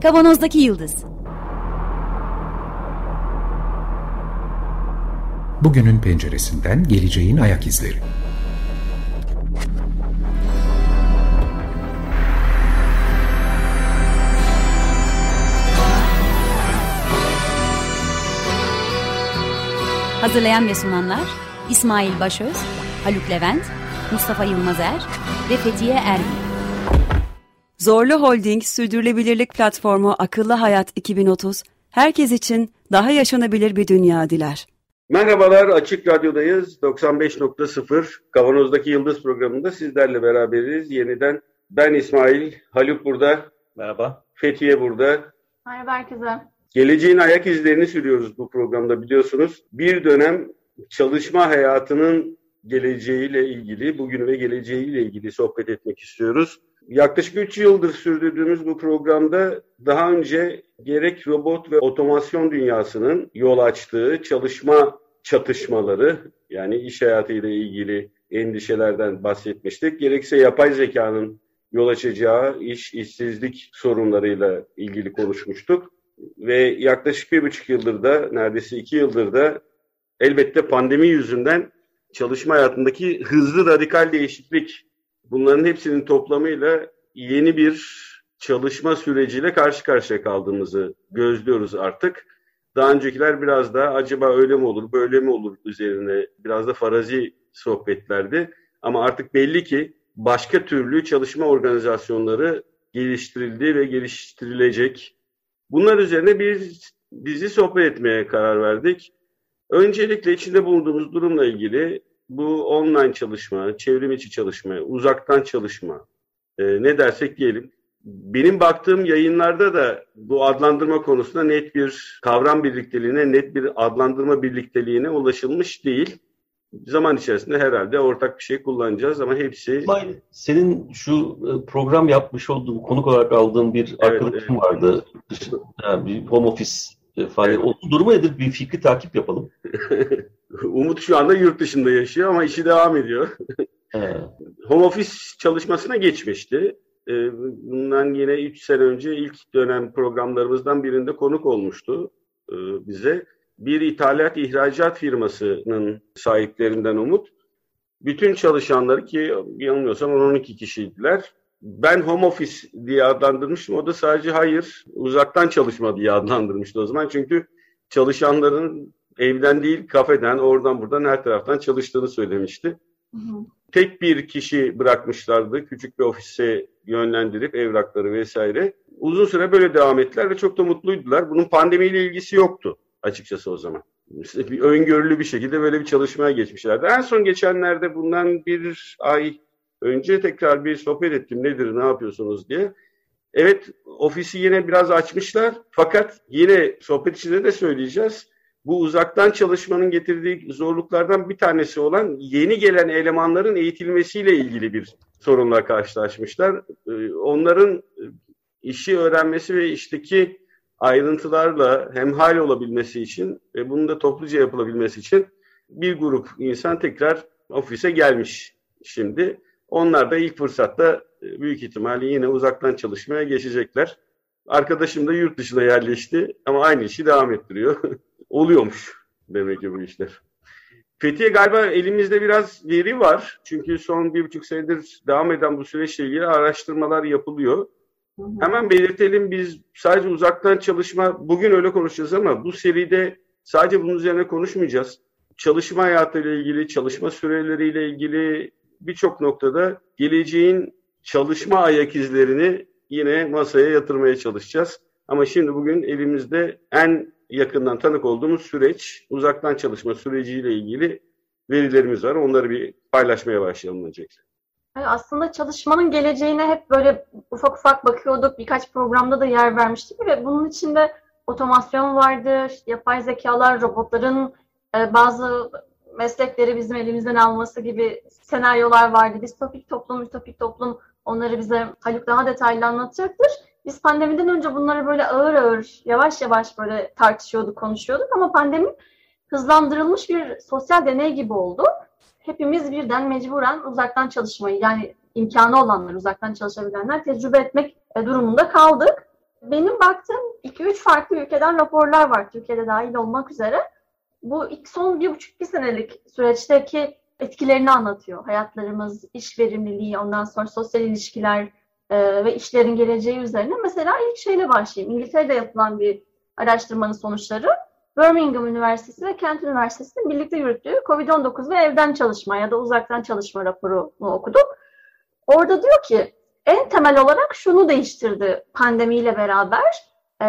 Kavanozdaki Yıldız. Bugünün penceresinden geleceğin ayak izleri. Hazırlayan ve sunanlar İsmail Başöz, Haluk Levent, Mustafa Yılmazer ve Fethiye Erbil. Zorlu Holding Sürdürülebilirlik Platformu Akıllı Hayat 2030, herkes için daha yaşanabilir bir dünya diler. Merhabalar, Açık Radyo'dayız. 95.0 Kavanozdaki Yıldız programında sizlerle beraberiz. Yeniden ben İsmail, Haluk burada. Merhaba. Fethiye burada. Merhaba herkese. Geleceğin ayak izlerini sürüyoruz bu programda, biliyorsunuz. Bir dönem çalışma hayatının geleceğiyle ilgili, bugün ve geleceğiyle ilgili sohbet etmek istiyoruz. Yaklaşık 3 yıldır sürdürdüğümüz bu programda daha önce gerek robot ve otomasyon dünyasının yol açtığı çalışma çatışmaları, yani iş hayatıyla ilgili endişelerden bahsetmiştik. Gerekse yapay zekanın yol açacağı işsizlik sorunlarıyla ilgili konuşmuştuk. Ve yaklaşık 1,5 yıldır da, neredeyse 2 yıldır da elbette pandemi yüzünden çalışma hayatındaki hızlı radikal değişiklik, bunların hepsinin toplamıyla yeni bir çalışma süreciyle karşı karşıya kaldığımızı gözlüyoruz artık. Daha öncekiler biraz daha acaba öyle mi olur, böyle mi olur üzerine biraz da farazi sohbetlerdi. Ama artık belli ki başka türlü çalışma organizasyonları geliştirildi ve geliştirilecek. Bunlar üzerine bizi sohbet etmeye karar verdik. Öncelikle içinde bulunduğumuz durumla ilgili bu online çalışma, çevrim içi çalışma, uzaktan çalışma, ne dersek diyelim. Benim baktığım yayınlarda da bu adlandırma konusunda net bir kavram birlikteliğine, net bir adlandırma birlikteliğine ulaşılmış değil. Zaman içerisinde herhalde ortak bir şey kullanacağız ama hepsi... İsmail, senin şu program yapmış olduğun, konuk olarak aldığın bir arkadaşım vardı. Yani bir home office faaliyet. Evet. Onun durumu nedir? Bir fikri takip yapalım. Umut şu anda yurt dışında yaşıyor ama işi devam ediyor. Home office çalışmasına geçmişti. Bundan yine 3 sene önce ilk dönem programlarımızdan birinde konuk olmuştu bize. Bir ithalat ihracat firmasının sahiplerinden Umut. Bütün çalışanları, ki yanılmıyorsam 10-12 kişiydiler. Ben home office diye adlandırmıştım. O da sadece hayır, uzaktan çalışma diye adlandırmıştı o zaman. Çünkü çalışanların evden değil, kafeden, oradan buradan her taraftan çalıştığını söylemişti. Hı hı. Tek bir kişi bırakmışlardı. Küçük bir ofise yönlendirip evrakları vesaire. Uzun süre böyle devam ettiler ve çok da mutluydular. Bunun pandemiyle ilgisi yoktu açıkçası o zaman. İşte bir öngörülü bir şekilde böyle bir çalışmaya geçmişlerdi. En son geçenlerde bundan 1 ay önce tekrar bir sohbet ettim. Nedir, ne yapıyorsunuz diye. Evet, ofisi yine biraz açmışlar. Fakat yine sohbet içinde de söyleyeceğiz. Bu uzaktan çalışmanın getirdiği zorluklardan bir tanesi olan yeni gelen elemanların eğitilmesiyle ilgili bir sorunla karşılaşmışlar. Onların işi öğrenmesi ve işteki ayrıntılarla hemhal olabilmesi için ve bunun da topluca yapılabilmesi için bir grup insan tekrar ofise gelmiş şimdi. Onlar da ilk fırsatta büyük ihtimalle yine uzaktan çalışmaya geçecekler. Arkadaşım da yurt dışına yerleşti ama aynı işi devam ettiriyor. Oluyormuş demek ki bu işler. Fethiye, galiba elimizde biraz veri var. Çünkü son 1,5 senedir devam eden bu süreçle ilgili araştırmalar yapılıyor. Hı hı. Hemen belirtelim, biz sadece uzaktan çalışma, bugün öyle konuşacağız ama bu seride sadece bunun üzerine konuşmayacağız. Çalışma hayatıyla ilgili, çalışma süreleriyle ilgili birçok noktada geleceğin çalışma ayak izlerini yine masaya yatırmaya çalışacağız. Ama şimdi bugün elimizde en yakından tanık olduğumuz süreç, uzaktan çalışma süreciyle ilgili verilerimiz var. Onları bir paylaşmaya başlayalım öncelikle. Aslında çalışmanın geleceğine hep böyle ufak ufak bakıyorduk. Birkaç programda da yer vermiştik ve bunun içinde otomasyon vardı, yapay zekalar, robotların bazı meslekleri bizim elimizden alması gibi senaryolar vardı. Distopik toplum, ütopik toplum, onları bize Haluk daha detaylı anlatacaktır. Biz pandemiden önce bunları böyle ağır ağır, yavaş yavaş böyle tartışıyorduk, konuşuyorduk ama pandemi hızlandırılmış bir sosyal deney gibi oldu. Hepimiz birden mecburen uzaktan çalışmayı, yani imkanı olanlar, uzaktan çalışabilenler tecrübe etmek durumunda kaldık. Benim baktığım 2-3 farklı ülkeden raporlar var, Türkiye'de dahil olmak üzere. Bu son 1,5-2 senelik süreçteki etkilerini anlatıyor. Hayatlarımız, iş verimliliği, ondan sonra sosyal ilişkiler ve işlerin geleceği üzerine. Mesela ilk şeyle başlayayım. İngiltere'de yapılan bir araştırmanın sonuçları. Birmingham Üniversitesi ve Kent Üniversitesi'nin birlikte yürüttüğü COVID-19 ve evden çalışma ya da uzaktan çalışma raporunu okudum. Orada diyor ki en temel olarak şunu değiştirdi pandemiyle beraber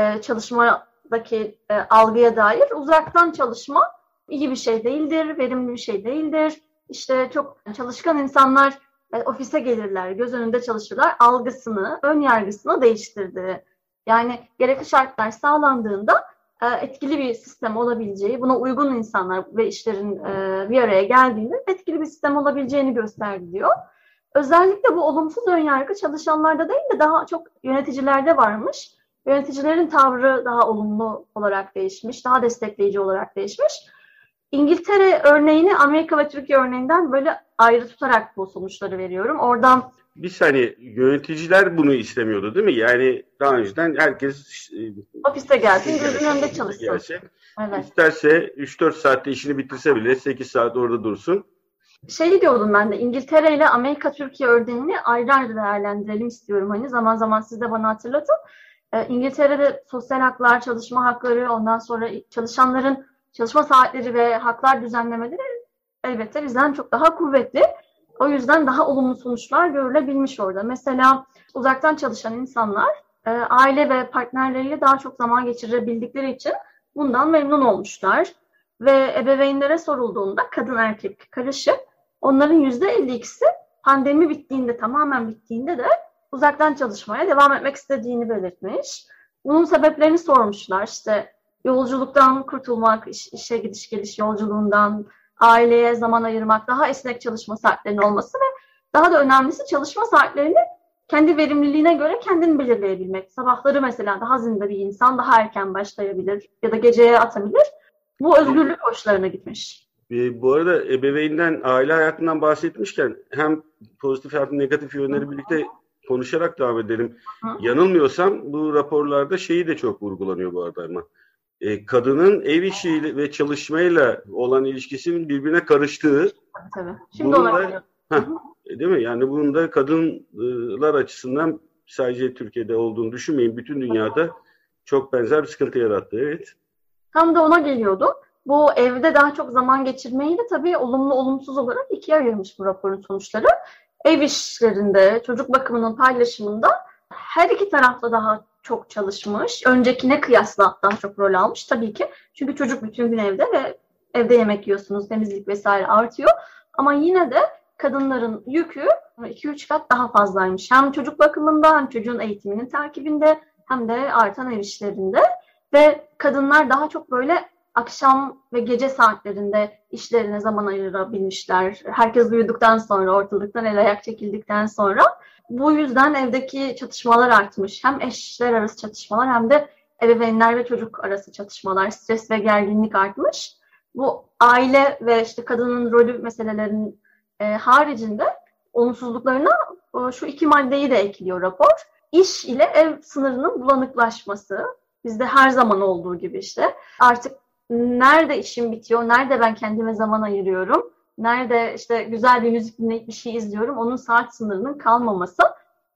çalışmadaki algıya dair. Uzaktan çalışma iyi bir şey değildir, verimli bir şey değildir. İşte çok çalışkan insanlar ofise gelirler, göz önünde çalışırlar. Algısını, ön yargısını değiştirdi. Yani gerekli şartlar sağlandığında etkili bir sistem olabileceği, buna uygun insanlar ve işlerin bir araya geldiğinde etkili bir sistem olabileceğini gösterdi diyor. Özellikle bu olumsuz önyargı çalışanlarda değil de daha çok yöneticilerde varmış. Yöneticilerin tavrı daha olumlu olarak değişmiş, daha destekleyici olarak değişmiş. İngiltere örneğini Amerika ve Türkiye örneğinden böyle ayrı tutarak bu sonuçları veriyorum. Oradan bir saniye, yöneticiler bunu istemiyordu değil mi? Yani daha önceden herkes ofiste gelsin, gözünün önünde çalışsın. Evet. İsterse 3-4 saatte işini bitirse bile 8 saat orada dursun. Şey diyordum ben de, İngiltere ile Amerika Türkiye örneğini ayrı ayrı değerlendirelim istiyorum. Hani zaman zaman siz de bana hatırlatın. İngiltere'de sosyal haklar, çalışma hakları, ondan sonra çalışanların çalışma saatleri ve haklar düzenlemeleri elbette bizden çok daha kuvvetli. O yüzden daha olumlu sonuçlar görülebilmiş orada. Mesela uzaktan çalışan insanlar aile ve partnerleriyle daha çok zaman geçirebildikleri için bundan memnun olmuşlar. Ve ebeveynlere sorulduğunda kadın erkek karışık, onların %52'si pandemi bittiğinde, tamamen bittiğinde de uzaktan çalışmaya devam etmek istediğini belirtmiş. Bunun sebeplerini sormuşlar. İşte yolculuktan kurtulmak, işe gidiş geliş yolculuğundan, aileye zaman ayırmak, daha esnek çalışma saatlerinin olması ve daha da önemlisi çalışma saatlerini kendi verimliliğine göre kendini belirleyebilmek. Sabahları mesela daha zinde bir insan daha erken başlayabilir ya da geceye atabilir. Bu özgürlük hoşlarına gitmiş. Bu arada ebeveynden, aile hayatından bahsetmişken hem pozitif hem negatif yönleri birlikte konuşarak devam edelim. Yanılmıyorsam bu raporlarda şeyi de çok vurgulanıyor bu arada ama. Kadının ev işi ve çalışmayla olan ilişkisinin birbirine karıştığı. Tabii. Şimdi olabilir. Değil mi? Yani bunun da kadınlar açısından sadece Türkiye'de olduğunu düşünmeyin. Bütün dünyada çok benzer bir sıkıntı yarattı. Evet. Tam da ona geliyordu. Bu evde daha çok zaman geçirmeyi de tabii olumlu olumsuz olarak ikiye ayırmış bu raporun sonuçları. Ev işlerinde, çocuk bakımının paylaşımında her iki tarafta daha çok çalışmış. Öncekine kıyasla daha çok rol almış tabii ki. Çünkü çocuk bütün gün evde ve evde yemek yiyorsunuz, temizlik vesaire artıyor. Ama yine de kadınların yükü 2-3 kat daha fazlaymış. Hem çocuk bakımında hem çocuğun eğitiminin takibinde hem de artan ev işlerinde. Ve kadınlar daha çok böyle akşam ve gece saatlerinde işlerine zaman ayırabilmişler. Herkes uyuduktan sonra, ortalıktan el ayak çekildikten sonra. Bu yüzden evdeki çatışmalar artmış. Hem eşler arası çatışmalar hem de ebeveynler ve çocuk arası çatışmalar, stres ve gerginlik artmış. Bu aile ve işte kadının rolü meselelerinin haricinde olumsuzluklarına şu iki maddeyi de ekliyor rapor. İş ile ev sınırının bulanıklaşması. Bizde her zaman olduğu gibi işte. Artık nerede işim bitiyor, nerede ben kendime zaman ayırıyorum, nerede işte güzel bir müzik dinleyip bir şey izliyorum, onun saat sınırının kalmaması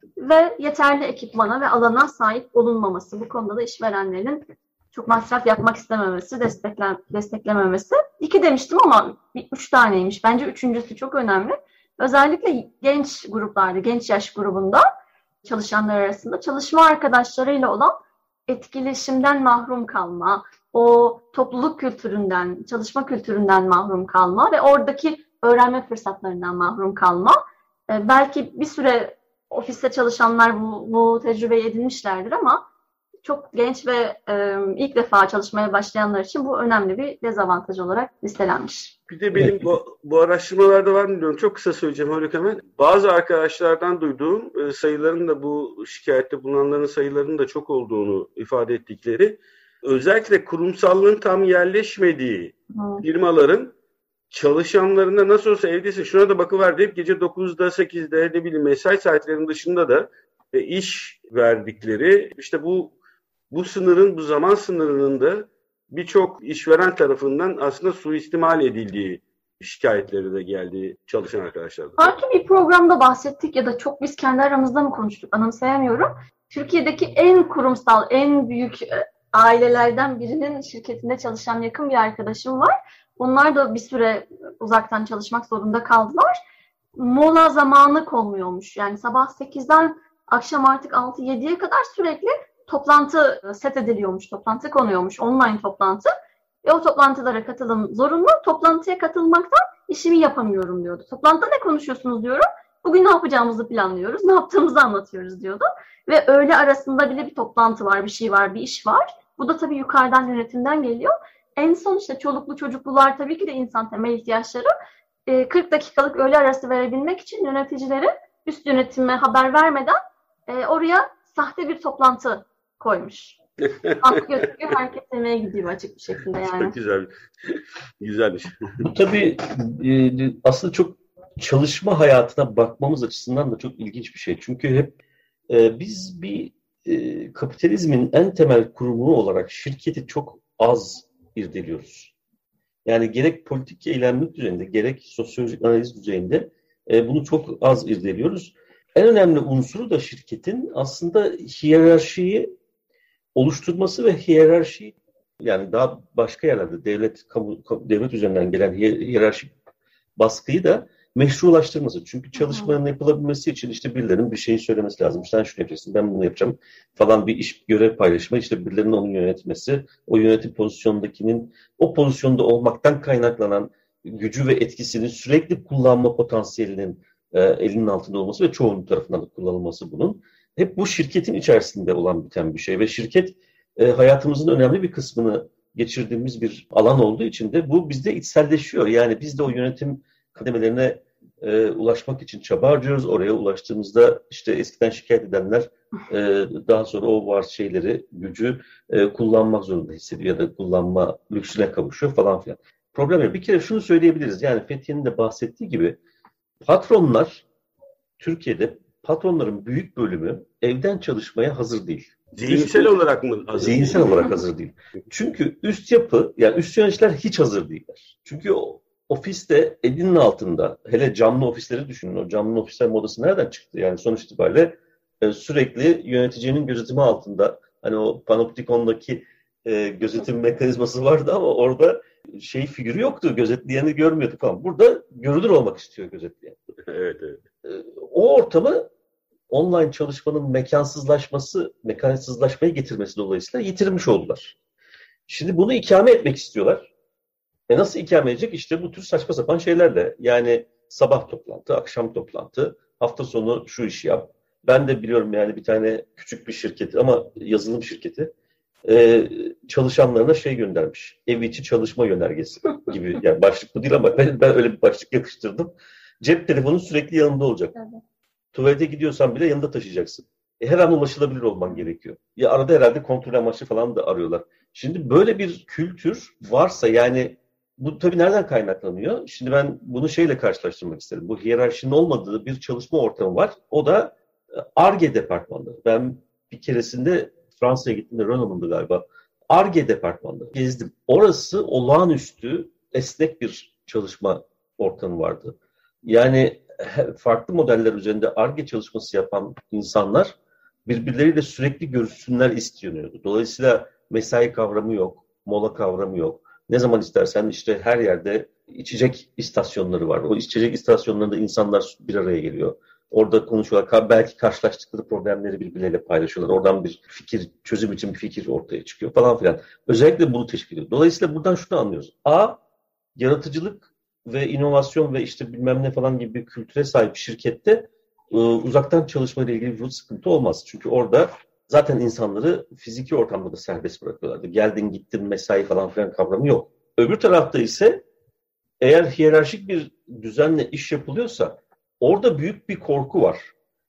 ve yeterli ekipmana ve alana sahip olunmaması. Bu konuda da işverenlerin çok masraf yapmak istememesi, desteklememesi. 2 demiştim ama 3 taneymiş. Bence 3.'sü çok önemli. Özellikle genç gruplarda, genç yaş grubunda çalışanlar arasında çalışma arkadaşlarıyla olan etkileşimden mahrum kalma, o topluluk kültüründen, çalışma kültüründen mahrum kalma ve oradaki öğrenme fırsatlarından mahrum kalma. Belki bir süre ofiste çalışanlar bu tecrübeyi edinmişlerdir ama çok genç ve ilk defa çalışmaya başlayanlar için bu önemli bir dezavantaj olarak listelenmiş. Bir de benim bu araştırmalarda var mı bilmiyorum. Çok kısa söyleyeceğim Haluk hemen. Bazı arkadaşlardan duyduğum sayıların da bu şikayette bulunanların sayılarının da çok olduğunu ifade ettikleri, özellikle kurumsallığın tam yerleşmediği firmaların çalışanlarına nasıl olsa evdesin şuna da bakıver deyip gece 9'da 8'de ne bileyim mesai saatlerinin dışında da iş verdikleri, işte bu bu zaman sınırının da birçok işveren tarafından aslında suistimal edildiği şikayetleri de geldi çalışan arkadaşlardan. Sanki bir programda bahsettik ya da çok biz kendi aramızda mı konuştuk anımsayamıyorum. Türkiye'deki en kurumsal, en büyük ailelerden birinin şirketinde çalışan yakın bir arkadaşım var. Onlar da bir süre uzaktan çalışmak zorunda kaldılar. Mola zamanı konmuyormuş. Yani sabah 8'den akşam artık 6-7'ye kadar sürekli toplantı set ediliyormuş, toplantı konuyormuş, online toplantı. Ve o toplantılara katılım zorunlu. Toplantıya katılmaktan işimi yapamıyorum diyordu. Toplantıda ne konuşuyorsunuz diyorum. Bugün ne yapacağımızı planlıyoruz, ne yaptığımızı anlatıyoruz diyordu. Ve öğle arasında bile bir toplantı var, bir şey var, bir iş var. Bu da tabii yukarıdan, yönetimden geliyor. En son işte çoluklu çocuklular tabii ki de insan temel ihtiyaçları. 40 dakikalık öğle arası verebilmek için yöneticileri üst yönetime haber vermeden oraya sahte bir toplantı koymuş. Halk götürüyor, herkes yemeğe gidiyor açık bir şekilde yani. Çok güzel. Güzelmiş. Bu tabii aslında çok çalışma hayatına bakmamız açısından da çok ilginç bir şey. Çünkü hep biz bir kapitalizmin en temel kurumu olarak şirketi çok az irdeliyoruz. Yani gerek politik eylemlik düzeyinde, gerek sosyolojik analiz düzeyinde bunu çok az irdeliyoruz. En önemli unsuru da şirketin aslında hiyerarşiyi oluşturması ve hiyerarşi, yani daha başka yerlerde devlet üzerinden gelen hiyerarşik baskıyı da meşrulaştırması. Çünkü çalışmanın yapılabilmesi için işte birilerinin bir şeyi söylemesi lazım. Sen şunu yapacaksın, ben bunu yapacağım falan, bir iş görev paylaşımı, işte birilerinin onu yönetmesi, o yönetim pozisyondakinin o pozisyonda olmaktan kaynaklanan gücü ve etkisini sürekli kullanma potansiyelinin elinin altında olması ve çoğunun tarafından da kullanılması bunun. Hep bu şirketin içerisinde olan biten bir şey ve şirket hayatımızın önemli bir kısmını geçirdiğimiz bir alan olduğu için de bu bizde içselleşiyor. Yani biz de o yönetim kademelerine ulaşmak için çaba harcıyoruz. Oraya ulaştığımızda işte eskiden şikayet edenler daha sonra o var şeyleri, gücü kullanmak zorunda hissediyor ya da kullanma lüksüne kavuşuyor falan filan. Problem yok. Bir kere şunu söyleyebiliriz. Yani Fethiye'nin de bahsettiği gibi patronlar, Türkiye'de patronların büyük bölümü evden çalışmaya hazır değil. Zihinsel olarak mı hazır? Zihinsel olarak hazır değil. Çünkü üst yapı, yani üst yöneticiler hiç hazır değiller. Çünkü ofiste elinin altında, hele camlı ofisleri düşünün. O camlı ofisler modası nereden çıktı? Yani sonuç itibariyle sürekli yöneticinin gözetimi altında. Hani o Panoptikon'daki gözetim mekanizması vardı ama orada figürü yoktu. Gözetleyeni görmüyorduk falan. Burada görünür olmak istiyor gözetleyen. Evet, evet. O ortamı online çalışmanın mekansızlaşmaya getirmesi dolayısıyla yitirmiş oldular. Şimdi bunu ikame etmek istiyorlar. Nasıl ikame edecek? İşte bu tür saçma sapan şeylerle. Yani sabah toplantı, akşam toplantı, hafta sonu şu işi yap. Ben de biliyorum yani bir tane küçük bir şirket ama yazılım şirketi çalışanlarına göndermiş. Ev içi çalışma yönergesi gibi. Yani başlık bu değil ama ben öyle bir başlık yakıştırdım. Cep telefonu sürekli yanında olacak. Evet. Tuvalete gidiyorsan bile yanında taşıyacaksın. Her an ulaşılabilir olman gerekiyor. Ya arada herhalde kontrol amaçlı falan da arıyorlar. Şimdi böyle bir kültür varsa, yani bu tabii nereden kaynaklanıyor? Şimdi ben bunu karşılaştırmak isterim. Bu hiyerarşinin olmadığı bir çalışma ortamı var. O da Ar-Ge departmanı. Ben bir keresinde Fransa'ya gittiğimde, Renault'umdu galiba. Ar-Ge departmanı gezdim. Orası olağanüstü esnek bir çalışma ortamı vardı. Yani farklı modeller üzerinde Ar-Ge çalışması yapan insanlar birbirleriyle sürekli görüşsünler isteniyordu. Dolayısıyla mesai kavramı yok, mola kavramı yok. Ne zaman istersen işte her yerde içecek istasyonları var. O içecek istasyonlarında insanlar bir araya geliyor. Orada konuşuyorlar. Belki karşılaştıkları problemleri birbirleriyle paylaşıyorlar. Oradan bir fikir, çözüm için bir fikir ortaya çıkıyor falan filan. Özellikle bunu teşvik ediyor. Dolayısıyla buradan şunu anlıyoruz. Yaratıcılık ve inovasyon ve işte bilmem ne falan gibi bir kültüre sahip şirkette uzaktan çalışma ile ilgili bir sıkıntı olmaz. Çünkü orada zaten insanları fiziki ortamda da serbest bırakıyorlardı. Geldin gittin mesai falan filan kavramı yok. Öbür tarafta ise eğer hiyerarşik bir düzenle iş yapılıyorsa orada büyük bir korku var.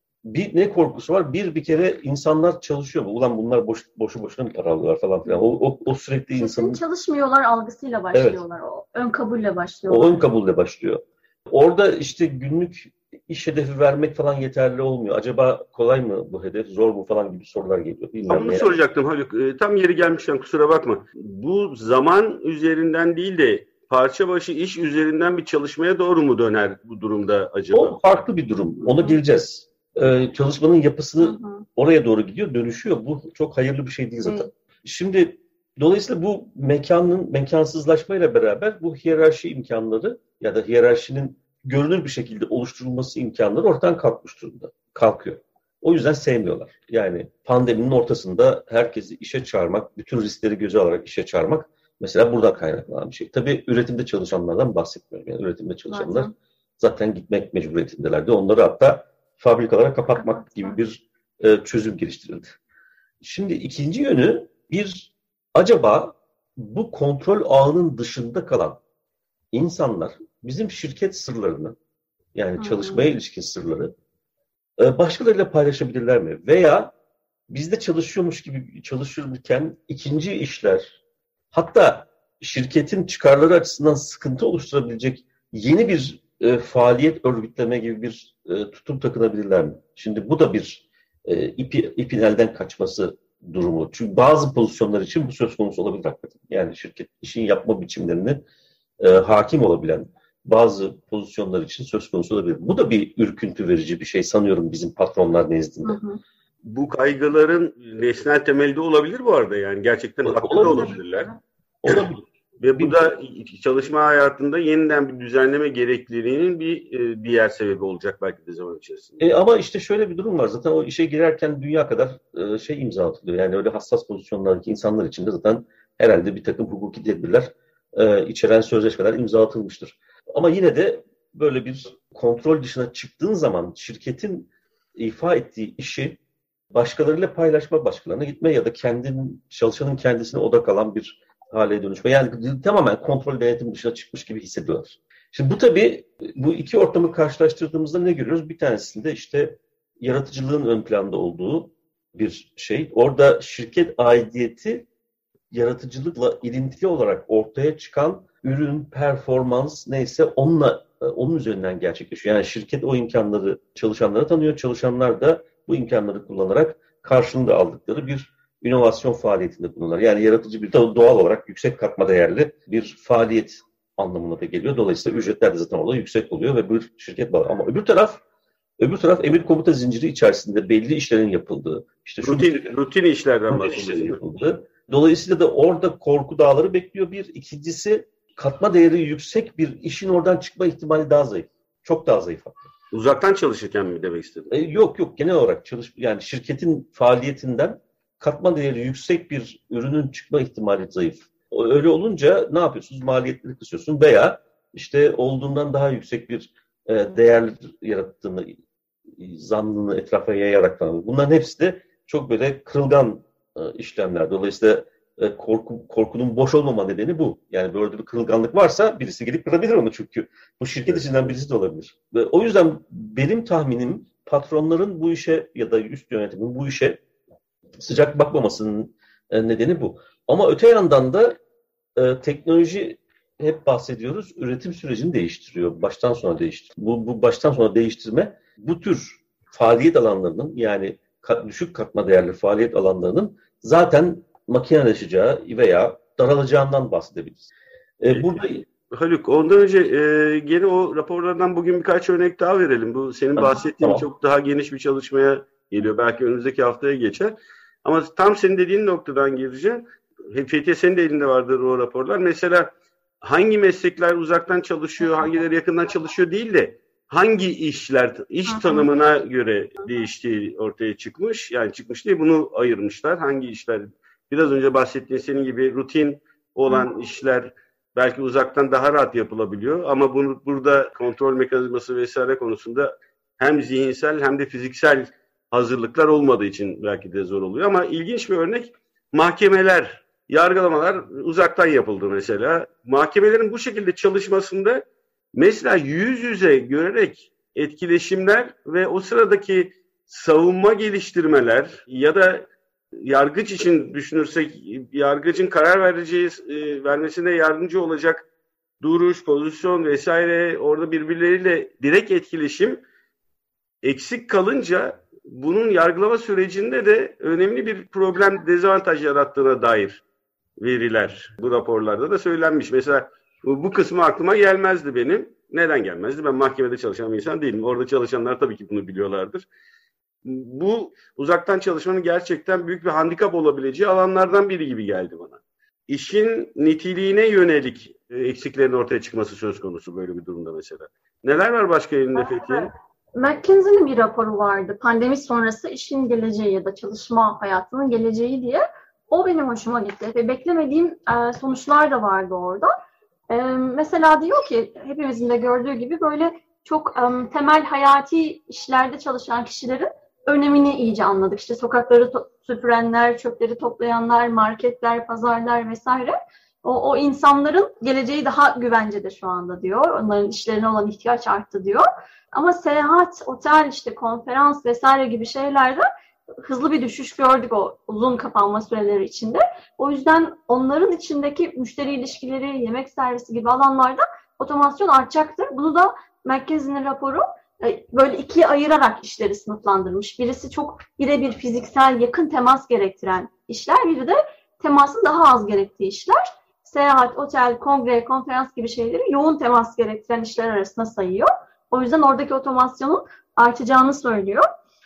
Ne korkusu var? Bir kere insanlar çalışıyor mu? Ulan bunlar boşu boşuna mı para alıyorlar falan filan. O sürekli insanın... Çalışmıyorlar algısıyla başlıyorlar. Evet. O ön kabulle başlıyor. O ön kabulle başlıyor. Orada işte günlük iş hedefi vermek falan yeterli olmuyor. Acaba kolay mı bu hedef, zor mu falan gibi sorular geliyor. Bilmiyorum bunu soracaktım Haluk. Tam yeri gelmişken kusura bakma. Bu zaman üzerinden değil de parça başı iş üzerinden bir çalışmaya doğru mu döner bu durumda acaba? O farklı bir durum. Ona geleceğiz. Çalışmanın yapısı oraya doğru gidiyor, dönüşüyor. Bu çok hayırlı bir şey değil zaten. Şimdi dolayısıyla bu mekansızlaşmayla beraber bu hiyerarşi imkanları ya da hiyerarşinin görünür bir şekilde oluşturulması imkanları ortadan kalkmış durumda. Kalkıyor. O yüzden sevmiyorlar. Yani pandeminin ortasında herkesi işe çağırmak, bütün riskleri göze alarak işe çağırmak mesela buradan kaynaklanan bir şey. Tabii üretimde çalışanlardan bahsetmiyorum. Yani üretimde çalışanlar zaten gitmek mecburiyetindelerdi. Onları hatta fabrikalara kapatmak gibi bir çözüm geliştirildi. Şimdi ikinci yönü acaba bu kontrol ağının dışında kalan insanlar bizim şirket sırlarını yani çalışmaya ilişkin sırları başkalarıyla paylaşabilirler mi? Veya bizde çalışıyormuş gibi çalışırken ikinci işler hatta şirketin çıkarları açısından sıkıntı oluşturabilecek yeni bir faaliyet örgütleme gibi bir tutum takınabilirler mi? Şimdi bu da bir ipin elden kaçması durumu. Çünkü bazı pozisyonlar için bu söz konusu olabilir hakikaten. Yani şirket işin yapma biçimlerini hakim olabilen bazı pozisyonlar için söz konusu olabilir. Bu da bir ürküntü verici bir şey sanıyorum bizim patronlar nezdinde. Bu kaygıların nesnel temelde olabilir bu arada yani gerçekten haklı da olabilirler. Olabilir. Ve bu da çalışma hayatında yeniden bir düzenleme gerekliliğinin bir diğer sebebi olacak belki de zaman içerisinde. Ama işte şöyle bir durum var. Zaten o işe girerken dünya kadar imza atılıyor. Yani öyle hassas pozisyonlardaki insanlar için de zaten herhalde bir takım hukuki tedbirler içeren sözleşmeler imza atılmıştır. Ama yine de böyle bir kontrol dışına çıktığın zaman şirketin ifa ettiği işi başkalarıyla paylaşma, başkalarına gitme ya da çalışanın kendisine odak alan bir hale dönüşme. Yani tamamen kontrol denetim dışına çıkmış gibi hissediyorlar. Şimdi bu tabii bu iki ortamı karşılaştırdığımızda ne görüyoruz? Bir tanesinde işte yaratıcılığın ön planda olduğu bir şey. Orada şirket aidiyeti yaratıcılıkla ilintili olarak ortaya çıkan ürün, performans neyse onun üzerinden gerçekleşiyor. Yani şirket o imkanları çalışanlara tanıyor. Çalışanlar da bu imkanları kullanarak karşılığında aldıkları bir inovasyon faaliyetinde bulunurlar. Yani yaratıcı bir doğal olarak yüksek katma değerli bir faaliyet anlamına da geliyor. Dolayısıyla ücretler de zaten orada yüksek oluyor ve bir şirket var. Ama öbür taraf emir komuta zinciri içerisinde belli işlerin yapıldığı, işte rutin işlerden bahsediyoruz. Dolayısıyla da orada korku dağları bekliyor bir. İkincisi katma değeri yüksek bir işin oradan çıkma ihtimali daha zayıf. Çok daha zayıf. Uzaktan çalışırken mi demek istedin? Yok genel olarak yani şirketin faaliyetinden katma değeri yüksek bir ürünün çıkma ihtimali zayıf. Öyle olunca ne yapıyorsunuz? Maliyetleri kısıyorsun veya işte olduğundan daha yüksek bir değer yarattığını, zannını etrafa yayarak falan. Bunların hepsi de çok böyle kırılgan işlemler. Dolayısıyla korkunun boş olmama nedeni bu. Yani böyle bir kırılganlık varsa birisi gelip kırabilir onu çünkü. Bu şirket içinden birisi de olabilir. Ve o yüzden benim tahminim patronların bu işe ya da üst yönetimin bu işe sıcak bakmamasının nedeni bu. Ama öte yandan da teknoloji hep bahsediyoruz. Üretim sürecini değiştiriyor. Baştan sona değiştiriyor. Bu baştan sona değiştirme bu tür faaliyet alanlarının yani düşük katma değerli faaliyet alanlarının zaten makineleşeceği veya daralacağından bahsedebiliriz. Burada Haluk, ondan önce gene o raporlardan bugün birkaç örnek daha verelim. Bu senin bahsettiğin çok daha geniş bir çalışmaya geliyor. Belki önümüzdeki haftaya geçer. Ama tam senin dediğin noktadan gireceğim. FTS'nin de elinde vardır o raporlar. Mesela hangi meslekler uzaktan çalışıyor, hangileri yakından çalışıyor değil de hangi işler, iş tanımına göre değiştiği ortaya çıkmış. Yani çıkmış değil, bunu ayırmışlar. Hangi işler, biraz önce bahsettiğin senin gibi rutin olan işler belki uzaktan daha rahat yapılabiliyor. Ama burada kontrol mekanizması vesaire konusunda hem zihinsel hem de fiziksel hazırlıklar olmadığı için belki de zor oluyor. Ama ilginç bir örnek, mahkemeler, yargılamalar uzaktan yapıldı mesela. Mahkemelerin bu şekilde çalışmasında mesela yüz yüze görerek etkileşimler ve o sıradaki savunma geliştirmeler ya da yargıç için düşünürsek yargıcın karar vermesine yardımcı olacak duruş, pozisyon vesaire orada birbirleriyle direkt etkileşim eksik kalınca bunun yargılama sürecinde de önemli bir problem, dezavantaj yarattığına dair veriler bu raporlarda da söylenmiş. Mesela bu kısmı aklıma gelmezdi benim. Neden gelmezdi? Ben mahkemede çalışan bir insan değilim. Orada çalışanlar tabii ki bunu biliyorlardır. Bu uzaktan çalışmanın gerçekten büyük bir handikap olabileceği alanlardan biri gibi geldi bana. İşin niteliğine yönelik eksiklerin ortaya çıkması söz konusu böyle bir durumda mesela. Neler var başka elinde Fethiye? McKinsey'nin bir raporu vardı. Pandemi sonrası işin geleceği ya da çalışma hayatının geleceği diye. O benim hoşuma gitti ve beklemediğim sonuçlar da vardı orada. Mesela diyor ki hepimizin de gördüğü gibi böyle çok temel hayati işlerde çalışan kişilerin önemini iyice anladık. İşte sokakları süpürenler, çöpleri toplayanlar, marketler, pazarlar vesaire. O insanların geleceği daha güvencede şu anda diyor. Onların işlerine olan ihtiyaç arttı diyor. Ama seyahat, otel, işte konferans vesaire gibi şeylerde hızlı bir düşüş gördük o uzun kapanma süreleri içinde. O yüzden onların içindeki müşteri ilişkileri, yemek servisi gibi alanlarda otomasyon artacaktır. Bunu da McKinsey'nin raporu böyle ikiye ayırarak işleri sınıflandırmış. Birisi çok birebir fiziksel, yakın temas gerektiren işler, biri de temasın daha az gerektiği işler. Seyahat, otel, kongre, konferans gibi şeyleri yoğun temas gerektiren işler arasına sayıyor. O yüzden oradaki otomasyonun artacağını söylüyor.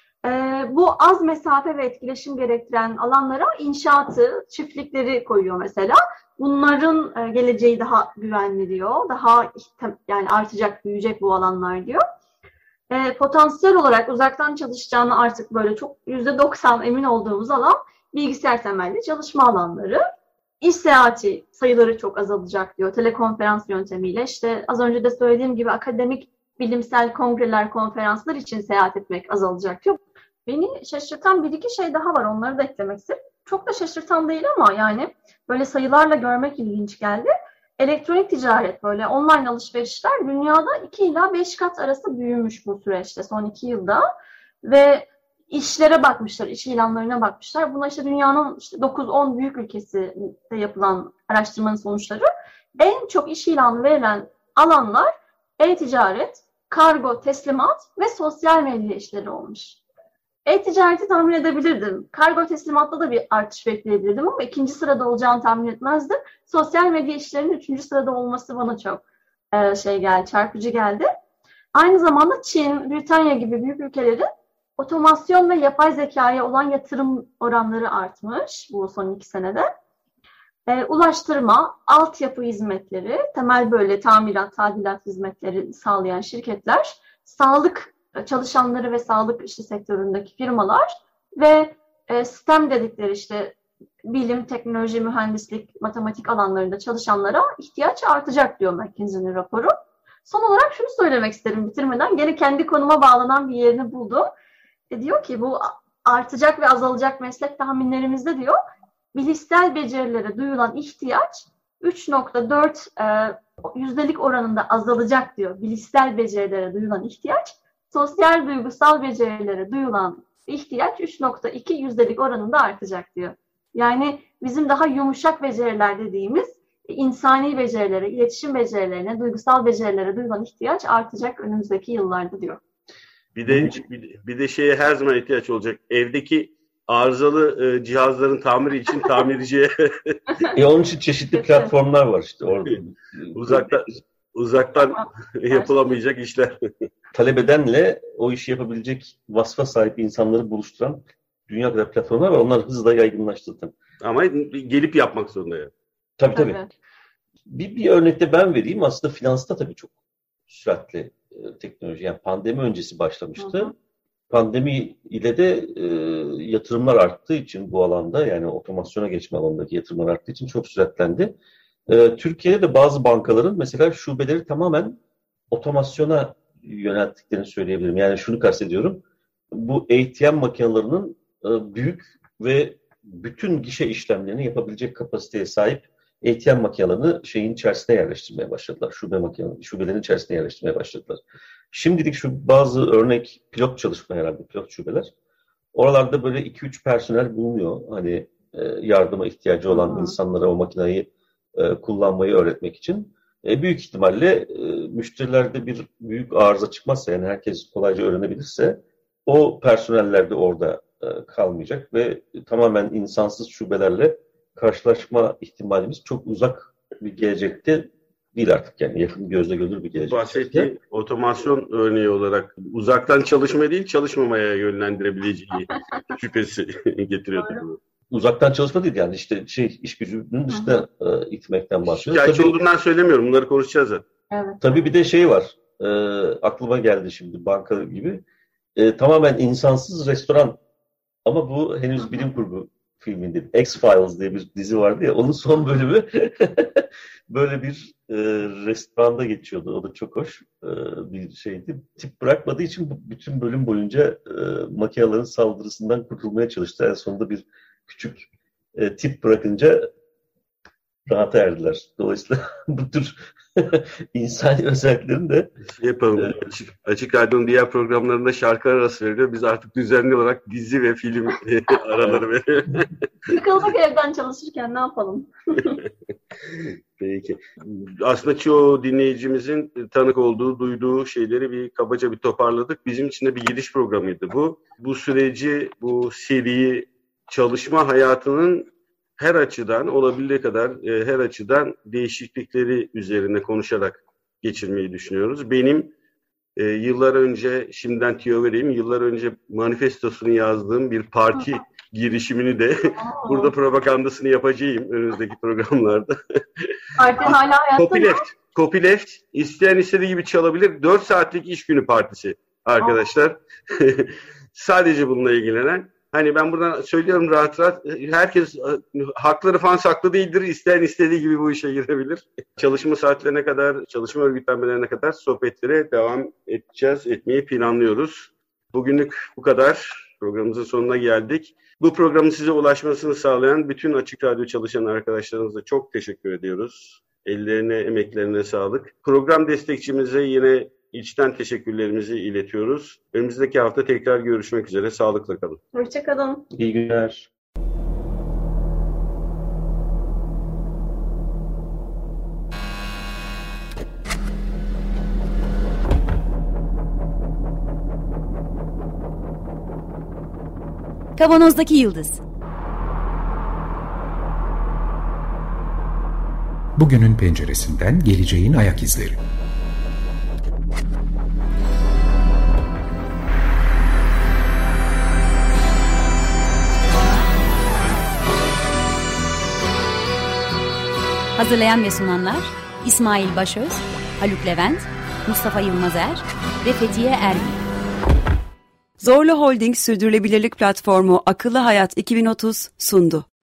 Bu az mesafe ve etkileşim gerektiren alanlara inşaatı, çiftlikleri koyuyor mesela. Bunların geleceği daha güvenli diyor. Daha yani artacak, büyüyecek bu alanlar diyor. Potansiyel olarak uzaktan çalışacağını artık böyle çok %90 emin olduğumuz alan bilgisayar temelli çalışma alanları. İş seyahati sayıları çok azalacak diyor. Telekonferans yöntemiyle işte az önce de söylediğim gibi akademik, bilimsel kongreler, konferanslar için seyahat etmek azalacak diyor. Beni şaşırtan bir iki şey daha var. Onları da eklemek istedim. Çok da şaşırtan değil ama yani böyle sayılarla görmek ilginç geldi. Elektronik ticaret, böyle online alışverişler dünyada 2 ila 5 kat arası büyümüş bu süreçte son 2 yılda. Ve işlere bakmışlar, iş ilanlarına bakmışlar. Buna işte dünyanın işte 9-10 büyük ülkesinde yapılan araştırmanın sonuçları. En çok iş ilanı verilen alanlar e-ticaret, kargo, teslimat ve sosyal medya işleri olmuş. E-ticareti tahmin edebilirdim. Kargo teslimatta da bir artış bekleyebilirdim ama 2. sırada olacağını tahmin etmezdim. Sosyal medya işlerinin 3. sırada olması bana çok çarpıcı geldi. Aynı zamanda Çin, Britanya gibi büyük ülkelerin otomasyon ve yapay zekaya olan yatırım oranları artmış bu son 2 senede. Ulaştırma, altyapı hizmetleri, temel böyle tamirat, tadilat hizmetleri sağlayan şirketler, sağlık çalışanları ve sağlık işte sektöründeki firmalar ve STEM dedikleri işte bilim, teknoloji, mühendislik, matematik alanlarında çalışanlara ihtiyaç artacak diyor McKinsey'nin raporu. Son olarak şunu söylemek isterim bitirmeden. Gene kendi konuma bağlanan bir yerini buldu. Diyor ki bu artacak ve azalacak meslek tahminlerimizde diyor bilişsel becerilere duyulan ihtiyaç 3.4 yüzdelik oranında azalacak diyor. Bilişsel becerilere duyulan ihtiyaç, sosyal duygusal becerilere duyulan ihtiyaç 3.2 yüzdelik oranında artacak diyor. Yani bizim daha yumuşak beceriler dediğimiz insani becerilere, iletişim becerilerine, duygusal becerilere duyulan ihtiyaç artacak önümüzdeki yıllarda diyor. Bir de şeye her zaman ihtiyaç olacak. Evdeki arızalı cihazların tamiri için tamirciye. Onun için çeşitli platformlar var işte orada. Uzaktan yapılamayacak işler. Talep edenle o işi yapabilecek vasfa sahip insanları buluşturan dünya kadar platformlar var. Onlar hızla yaygınlaştı. Ama gelip yapmak zorunda yani. Tabii. Bir örnekte ben vereyim. Aslında finansta tabii çok süratli teknoloji. Yani pandemi öncesi başlamıştı. Hı hı. Pandemi ile de yatırımlar arttığı için bu alanda, yani otomasyona geçme alanındaki yatırımlar arttığı için çok süratlendi. Türkiye'de de bazı bankaların mesela şubeleri tamamen otomasyona yönelttiklerini söyleyebilirim. Yani şunu kastediyorum. Bu ATM makinelerinin büyük ve bütün gişe işlemlerini yapabilecek kapasiteye sahip ATM makinelerini şeyin içerisine yerleştirmeye başladılar. Şubelerin içerisine yerleştirmeye başladılar. Şimdilik şu bazı örnek pilot çalışma, herhalde pilot şubeler. Oralarda böyle 2-3 personel bulunuyor. Hani yardıma ihtiyacı olan insanlara o makineyi kullanmayı öğretmek için. Büyük ihtimalle müşterilerde bir büyük arıza çıkmazsa, yani herkes kolayca öğrenebilirse, o personeller de orada kalmayacak ve tamamen insansız şubelerle karşılaşma ihtimalimiz çok uzak bir gelecekte değil artık, yani yakın gözle görülür bir gelecek. Bahsettiği otomasyon örneği olarak uzaktan çalışma değil, çalışmamaya yönlendirebileceği şüphesi getiriyordu. Uzaktan çalışma değil, yani işte iş gücünün dışında itmekten bahsediyoruz. Şikayetçi olduğundan söylemiyorum, bunları konuşacağız da. Evet. Tabii bir de var, aklıma geldi şimdi, banka gibi. Tamamen insansız restoran, ama bu henüz bilim kurgu filminde. X-Files diye bir dizi vardı ya, onun son bölümü böyle bir restoranda geçiyordu. O da çok hoş bir şeydi. Tip bırakmadığı için bütün bölüm boyunca makinelerin saldırısından kurtulmaya çalıştı. En sonunda bir küçük tip bırakınca rahata erdiler. Dolayısıyla bu tür insani özelliklerin de yapalım. Açık Radyo'nun diğer programlarında şarkılar arası veriliyor. Biz artık düzenli olarak dizi ve film araları veriyoruz. Sıkıldık evden çalışırken, ne yapalım? Peki. Aslında çoğu dinleyicimizin tanık olduğu, duyduğu şeyleri kabaca bir toparladık. Bizim için de bir giriş programıydı bu. Bu süreci, bu seriyi çalışma hayatının her açıdan, olabildiği kadar her açıdan değişiklikleri üzerine konuşarak geçirmeyi düşünüyoruz. Benim yıllar önce, şimdiden tüyo vereyim, yıllar önce manifestosunu yazdığım bir parti girişimini de burada propagandasını yapacağım önümüzdeki programlarda. Parti hala hayatta mı? Copyleft, isteyen istediği gibi çalabilir. 4 saatlik iş günü partisi arkadaşlar. Sadece bununla ilgilenen. Hani ben buradan söylüyorum rahat rahat, herkes hakları falan saklı değildir. İsteyen istediği gibi bu işe girebilir. Çalışma saatlerine kadar, çalışma örgütlenmelerine kadar sohbetlere devam etmeyi planlıyoruz. Bugünlük bu kadar. Programımızın sonuna geldik. Bu programın size ulaşmasını sağlayan bütün Açık Radyo çalışan arkadaşlarımıza çok teşekkür ediyoruz. Ellerine, emeklerine sağlık. Program destekçimize yine içten teşekkürlerimizi iletiyoruz. Önümüzdeki hafta tekrar görüşmek üzere. Sağlıkla kalın. Hoşça kalın. İyi günler. Kavanozdaki Yıldız. Bugünün penceresinden geleceğin ayak izleri. Hazırlayan ve sunanlar İsmail Başöz, Haluk Levent, Mustafa Yılmazer ve Fethiye Erbil. Zorlu Holding Sürdürülebilirlik Platformu Akıllı Hayat 2030 sundu.